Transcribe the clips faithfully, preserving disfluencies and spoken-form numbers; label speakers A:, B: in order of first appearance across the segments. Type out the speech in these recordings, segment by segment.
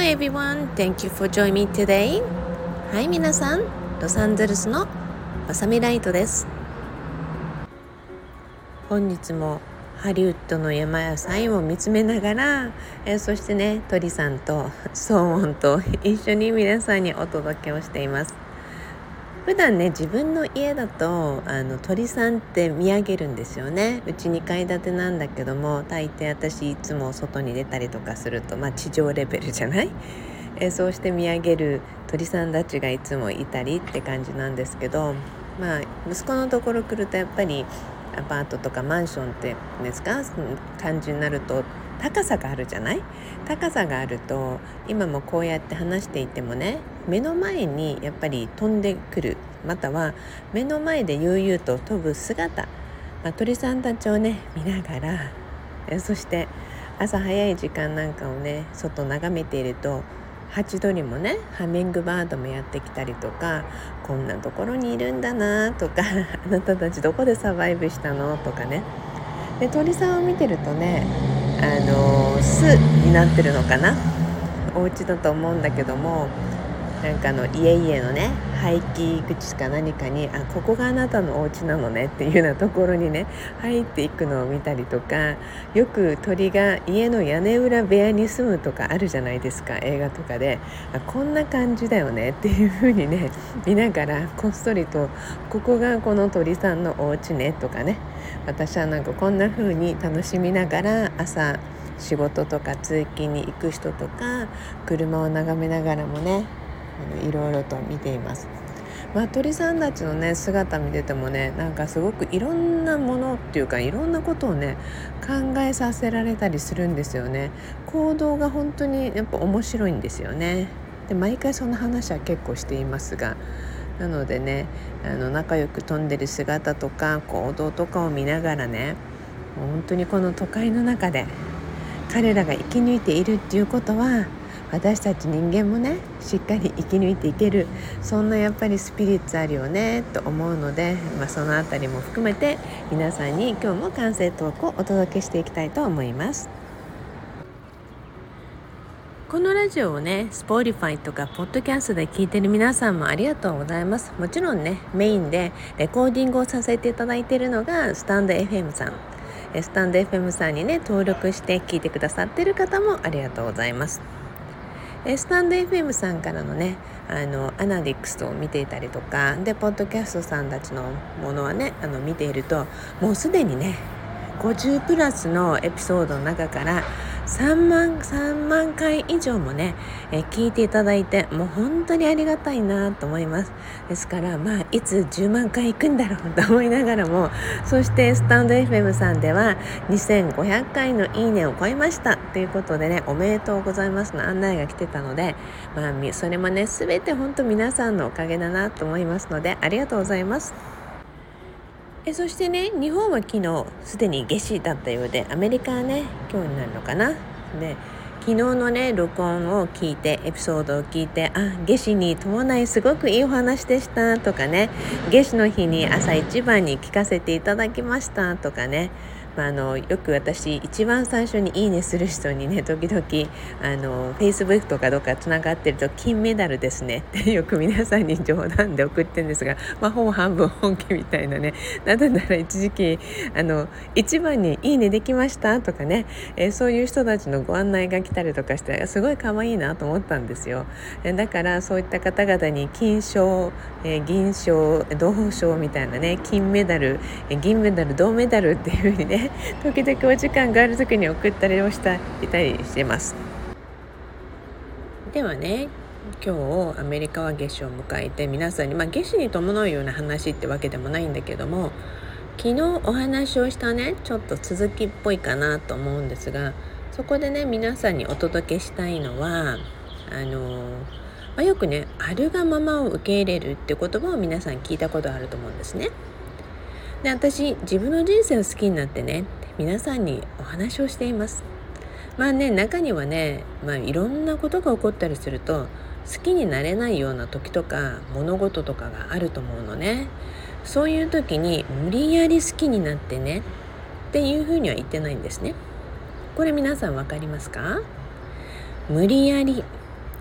A: everyone, thank you for joining me today. はい、皆さん、ロサンゼルスのまさみライトです。本日もハリウッドの山や山を見つめながら、えー、そしてね、鳥さんと騒音と一緒に皆さんにお届けをしています。普段ね、自分の家だとあの鳥さんって見上げるんですよね。うちにかい建てなんだけども、大抵私いつも外に出たりとかすると、まあ地上レベルじゃない、えー、そうして見上げる鳥さんたちがいつもいたりって感じなんですけど、まあ息子のところ来るとやっぱりアパートとかマンションってですか感じになると高さがあるじゃない。高さがあると今もこうやって話していてもね、目の前にやっぱり飛んでくる、または目の前で悠々と飛ぶ姿、まあ、鳥さんたちをね見ながら、えそして朝早い時間なんかをね外眺めていると、ハチドリもねハミングバードもやってきたりとか、こんなところにいるんだなとかあなたたちどこでサバイブしたのとかね。で鳥さんを見てるとね、あの巣になってるのかな、お家だと思うんだけども、なんかあの家々のね排気口か何かに、あ、ここがあなたのお家なのねっていうようなところにね入っていくのを見たりとか、よく鳥が家の屋根裏部屋に住むとかあるじゃないですか、映画とかで。あ、こんな感じだよねっていう風にね見ながら、こっそりとここがこの鳥さんのお家ねとかね、私はなんかこんな風に楽しみながら朝仕事とか通勤に行く人とか車を眺めながらもね、いろいろと見ています。まあ、鳥さんたちのね姿見ててもね、なんかすごくいろんなものっていうかいろんなことをね考えさせられたりするんですよね。行動が本当にやっぱ面白いんですよね。で毎回その話は結構していますが、なのでね、あの仲良く飛んでる姿とか行動とかを見ながらね、もう本当にこの都会の中で彼らが生き抜いているっていうことは、私たち人間もねしっかり生き抜いていける、そんなやっぱりスピリッツあるよねと思うので、まあ、そのあたりも含めて皆さんに今日も感性トークをお届けしていきたいと思います。このラジオをね Spotify とか Podcast で聞いてる皆さんもありがとうございます。もちろんねメインでレコーディングをさせていただいているのがスタンド エフエム さん、スタンド エフエム さんにね登録して聞いてくださっている方もありがとうございます。スタンド エフエム さんからのねあのアナディクスを見ていたりとかで、ポッドキャストさんたちのものはねあの見ていると、もうすでにねごじゅうプラスのエピソードの中からさんまんかい以上もね、え聞いていただいて、もう本当にありがたいなと思います。ですからまあいつじゅうまんかい行くんだろうと思いながらも、そしてスタンド エフエム さんではにせんごひゃっかいのいいねを超えましたということでね、おめでとうございますの案内が来てたので、まあそれもね全て本当皆さんのおかげだなと思いますので、ありがとうございます。えそしてね、日本は昨日すでに夏至だったようで、アメリカはね今日になるのかな。で昨日のね録音を聞いて、エピソードを聞いて、あ、夏至に伴いすごくいいお話でしたとかね、夏至の日に朝一番に聞かせていただきましたとかね、まあ、あのよく私一番最初にいいねする人にね時々あの Facebook とかどっかつながってると金メダルですねってよく皆さんに冗談で送ってるんですが、まあ、ほぼ半分本気みたいなね。なぜなら一時期あの一番にいいねできましたとかね、えー、そういう人たちのご案内が来たりとかしてすごい可愛いなと思ったんですよ。だからそういった方々に金賞、えー、銀賞、銅賞みたいなね、金メダル、えー、銀メダル、銅メダルっていう風にね時々お時間がある時に送ったりをしたいたりしてます。ではね、今日アメリカは夏至を迎えて、皆さんに、まあ、夏至に伴うような話ってわけでもないんだけども、昨日お話をしたねちょっと続きっぽいかなと思うんですが、そこでね皆さんにお届けしたいのは、あの、まあ、よくねあるがままを受け入れるって言葉を皆さん聞いたことあると思うんですね。で私自分の人生を好きになってね皆さんにお話をしています。まあね、中にはね、まあ、いろんなことが起こったりすると好きになれないような時とか物事とかがあると思うのね。そういう時に無理やり好きになってねっていうふうには言ってないんですね。これ皆さん分かりますか？無理やり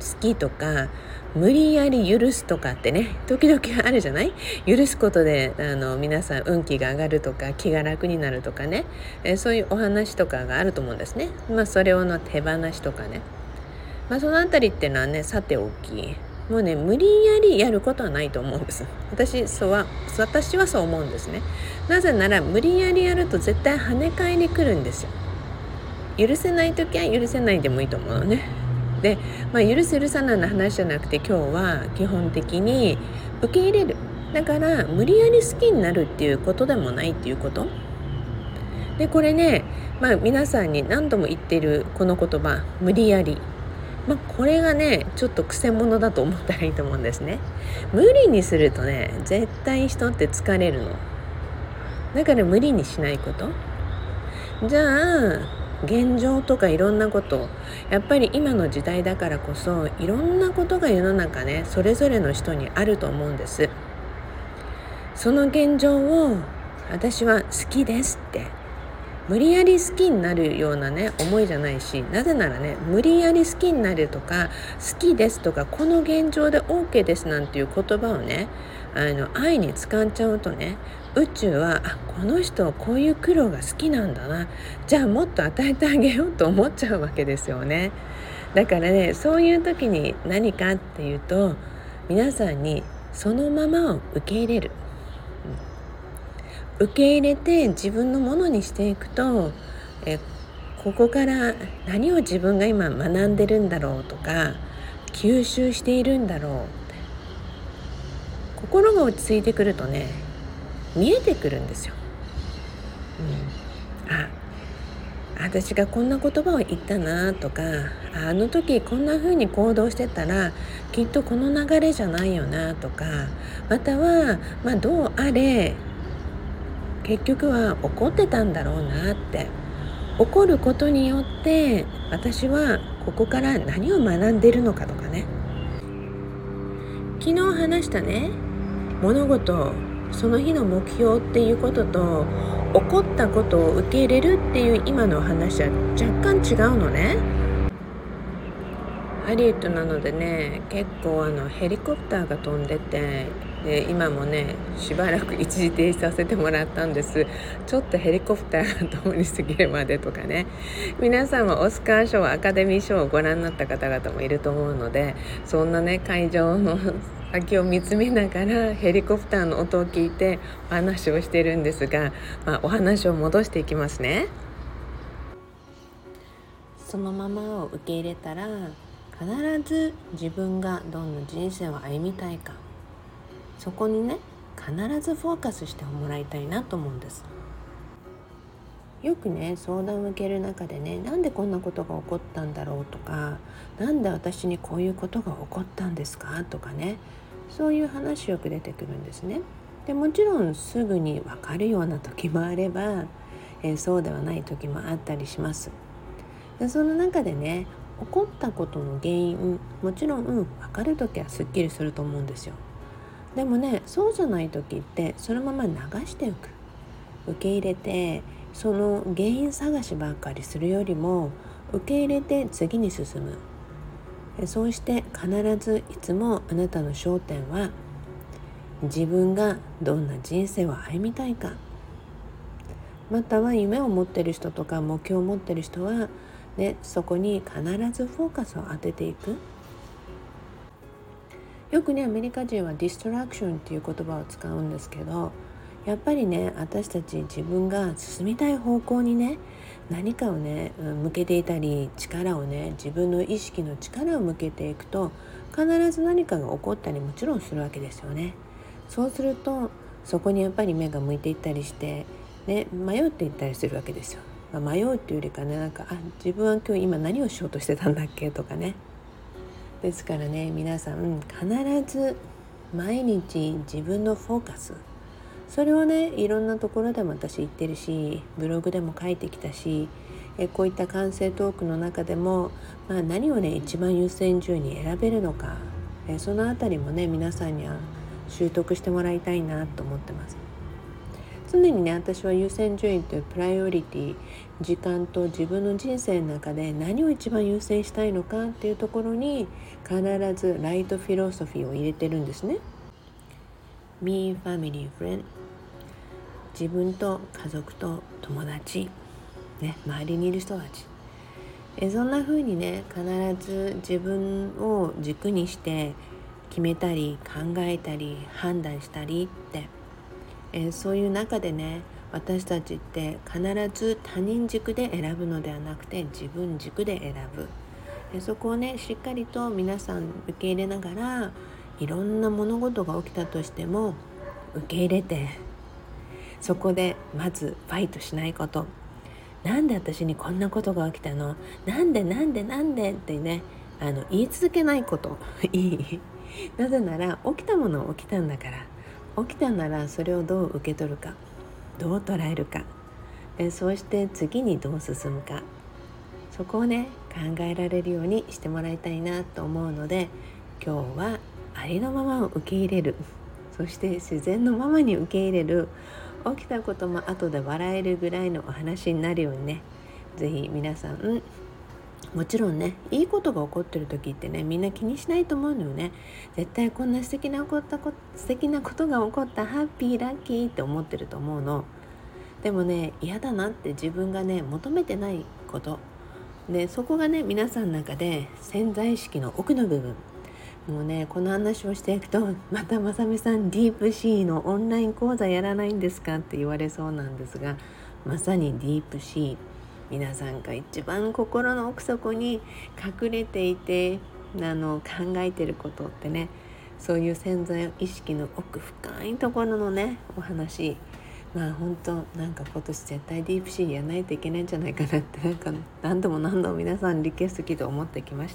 A: きとか無理やり許すとかってね時々あるじゃない。許すことであの皆さん運気が上がるとか気が楽になるとかね、えー、そういうお話とかがあると思うんですね。まあそれをの手放しとかね、まあそのあたりっていうのはねさておき、もうね無理やりやることはないと思うんです。私そうは私はそう思うんですね。なぜなら無理やりやると絶対跳ね返りくるんですよ。許せない時は許せないでもいいと思うのね。で、まあ、許す許さないの話じゃなくて今日は基本的に受け入れる。だから無理やり好きになるっていうことでもないっていうことで、これね、まあ、皆さんに何度も言ってるこの言葉無理やり、まあ、これがねちょっとくせ者だと思ったらいいと思うんですね。無理にするとね絶対人って疲れるの。だから無理にしないこと。じゃあ現状とかいろんなこと、やっぱり今の時代だからこそいろんなことが世の中ねそれぞれの人にあると思うんです。その現状を私は好きですって無理やり好きになるようなね思いじゃないし、なぜならね無理やり好きになるとか好きですとかこの現状で OK ですなんていう言葉をねあの愛に使っちゃうとね、宇宙はあこの人はこういう苦労が好きなんだな、じゃあもっと与えてあげようと思っちゃうわけですよね。だからねそういう時に何かっていうと皆さんにそのままを受け入れる、受け入れて自分のものにしていくとえここから何を自分が今学んでるんだろうとか吸収しているんだろうって心が落ち着いてくるとね見えてくるんですよ、うん、あ私がこんな言葉を言ったなとか、あの時こんな風に行動してたらきっとこの流れじゃないよなとか、または、まあ、どうあれ結局は怒ってたんだろうなって、怒ることによって私はここから何を学んでいるのかとかね、昨日話したね物事その日の目標っていうことと起こったことを受け入れるっていう今の話は若干違うのね。ハリウッドなのでね結構あのヘリコプターが飛んでて、で今もねしばらく一時停止させてもらったんです。ちょっとヘリコプターが通り過ぎるまでとかね、皆さんはオスカー賞アカデミー賞をご覧になった方々もいると思うので、そんなね会場の先を見つめながらヘリコプターの音を聞いてお話をしてるんですが、まあ、お話を戻していきますね。そのままを受け入れたら必ず自分がどんな人生を歩みたいか、そこにね必ずフォーカスしてもらいたいなと思うんです。よくね相談を受ける中でね、なんでこんなことが起こったんだろうとか、なんで私にこういうことが起こったんですかとかね、そういう話よく出てくるんですね。でもちろんすぐに分かるような時もあれば、えー、そうではない時もあったりします。でその中でね起こったことの原因もちろん、うん、分かる時はすっきりすると思うんですよ。でもねそうじゃない時ってそのまま流しておく、受け入れてその原因探しばっかりするよりも受け入れて次に進む。そうして必ずいつもあなたの焦点は自分がどんな人生を歩みたいか、または夢を持ってる人とか目標を持ってる人は、ね、そこに必ずフォーカスを当てていく。よくねアメリカ人はディストラクションっていう言葉を使うんですけど、やっぱりね私たち自分が進みたい方向にね何かをね向けていたり、力をね自分の意識の力を向けていくと必ず何かが起こったりもちろんするわけですよね。そうするとそこにやっぱり目が向いていったりして、ね、迷っていったりするわけですよ。まあ、迷うっていうよりかねなんかあ自分は今日今何をしようとしてたんだっけとかね。ですからね皆さん必ず毎日自分のフォーカス、それをねいろんなところでも私言ってるしブログでも書いてきたし、えこういった感性トークの中でも、まあ、何をね一番優先順位に選べるのか、えそのあたりもね皆さんには習得してもらいたいなと思ってます。 常にね、私は優先順位というプライオリティ、時間と自分の人生の中で何を一番優先したいのかっていうところに必ずライトフィロソフィーを入れてるんですね。 Me, family, friend、 自分と家族と友達、ね、周りにいる人たち、えそんな風にね、必ず自分を軸にして決めたり考えたり判断したりって、えそういう中でね、私たちって必ず他人軸で選ぶのではなくて自分軸で選ぶ。えそこをね、しっかりと皆さん受け入れながら、いろんな物事が起きたとしても受け入れて、そこでまずファイトしないこと。なんで私にこんなことが起きたの、なんでなんでなんでってね、あの言い続けないこといい。なぜなら起きたものは起きたんだから、起きたならそれをどう受け取るか、どう捉えるか、えそうして次にどう進むか、そこをね考えられるようにしてもらいたいなと思うので、今日はありのままを受け入れる、そして自然のままに受け入れる、起きたことも後で笑えるぐらいのお話になるようにね、ぜひ皆さん、うん、もちろんね、いいことが起こってる時ってね、みんな気にしないと思うのよね。絶対こんな素敵な起こったこ素敵なことが起こった、ハッピーラッキーって思ってると思うの。でもね、嫌だなって自分がね求めてないことで、そこがね皆さんの中で潜在意識の奥の部分。もうね、この話をしていくと、またまさみさんディープシーのオンライン講座やらないんですかって言われそうなんですが、まさにディープシー、皆さんが一番心の奥底に隠れていてあの考えてることってね、そういう潜在意識の奥深いところのねお話。まあ本当なんか今年絶対ディープシーやらないといけないんじゃないかなって、なんか何度も何度も皆さんリクエスト聞いて思ってきました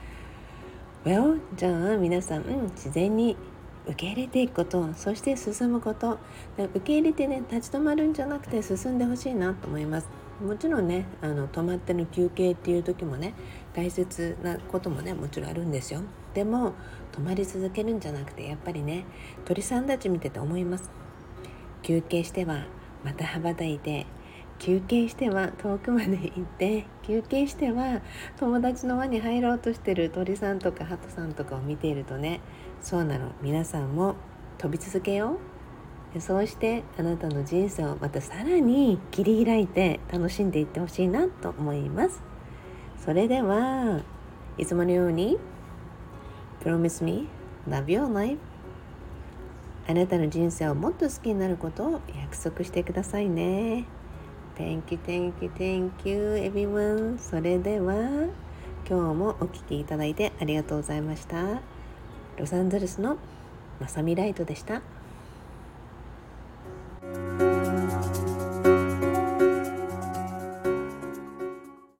A: 。Well、 じゃあ皆さん、うん、自然に受け入れていくこと、そして進むこと。で受け入れてね、立ち止まるんじゃなくて進んでほしいなと思います。もちろんね、あの止まっての休憩っていう時もね、大切なこともねもちろんあるんですよ。でも止まり続けるんじゃなくて、やっぱりね、鳥さんたち見てて思います。休憩してはまた羽ばたいて、休憩しては遠くまで行って、休憩しては友達の輪に入ろうとしてる鳥さんとか鳩さんとかを見ているとね、そうなの、皆さんも飛び続けよう。そうしてあなたの人生をまたさらに切り開いて楽しんでいってほしいなと思います。それではいつものように Promise me love your life、 あなたの人生をもっと好きになることを約束してくださいね。Thank you, thank you, thank you, everyone. それでは今日もお聞きいただいてありがとうございました。ロサンゼルスのまさみライトでした。